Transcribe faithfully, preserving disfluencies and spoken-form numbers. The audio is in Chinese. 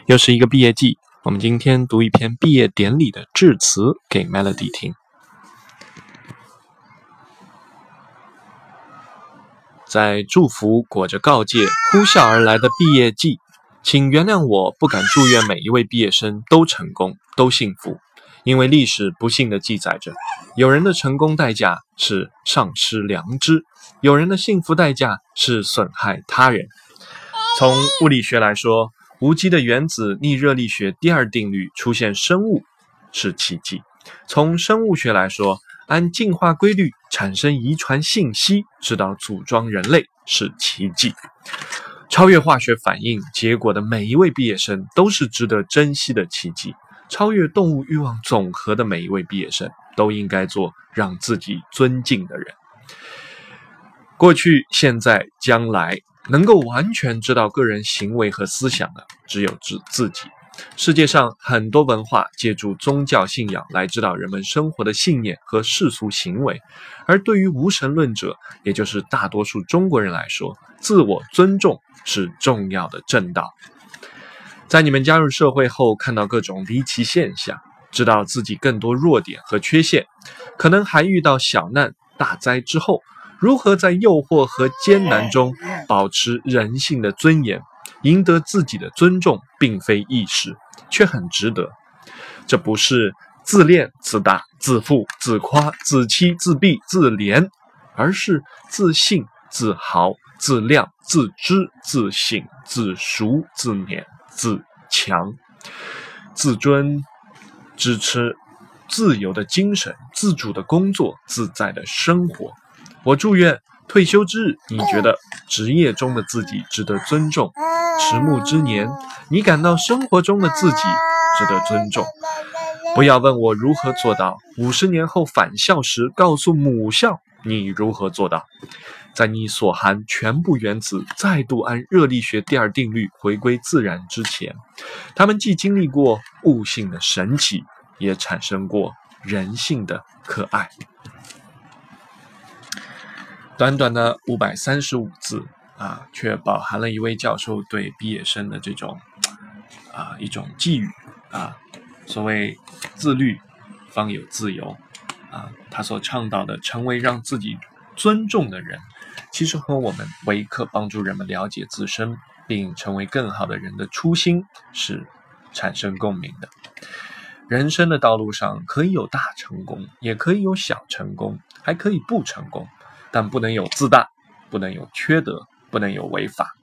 又是一个毕业季，我们今天读一篇毕业典礼的致辞给 Melody 听。在祝福裹着告诫呼啸而来的毕业季，请原谅我不敢祝愿每一位毕业生都成功都幸福，因为历史不幸地记载着，有人的成功代价是丧失良知，有人的幸福代价是损害他人。从物理学来说，无机的原子逆热力学第二定律出现生物是奇迹。从生物学来说，按进化规律产生遗传信息，直到组装人类是奇迹。超越化学反应结果的每一位毕业生都是值得珍惜的奇迹。超越动物欲望总和的每一位毕业生都应该做让自己尊敬的人。过去、现在、将来，能够完全知道个人行为和思想的只有自己。世界上很多文化借助宗教信仰来指导人们生活的信念和世俗行为，而对于无神论者，也就是大多数中国人来说，自我尊重是重要的正道。在你们加入社会后，看到各种离奇现象，知道自己更多弱点和缺陷，可能还遇到小难大灾之后，如何在诱惑和艰难中保持人性的尊严，赢得自己的尊重，并非易事，却很值得。这不是自恋、自大、自负、自夸、自欺、自闭、自怜，而是自信、自豪、自量、自知、自省、自赎、自勉、自强。自尊支持自由的精神，自主的工作，自在的生活。我祝愿退休之日，你觉得职业中的自己值得尊重；迟暮之年，你感到生活中的自己值得尊重。不要问我如何做到，五十年后返校时，告诉母校你如何做到。在你所含全部原子再度按热力学第二定律回归自然之前，他们既经历过物性的神奇，也产生过人性的可爱。短短的五百三十五字啊，却饱含了一位教授对毕业生的这种啊一种寄语啊。所谓自律方有自由啊，他所倡导的成为让自己尊重的人，其实和我们为课帮助人们了解自身并成为更好的人的初心是产生共鸣的。人生的道路上可以有大成功，也可以有小成功，还可以不成功，但不能有自大，不能有缺德，不能有违法。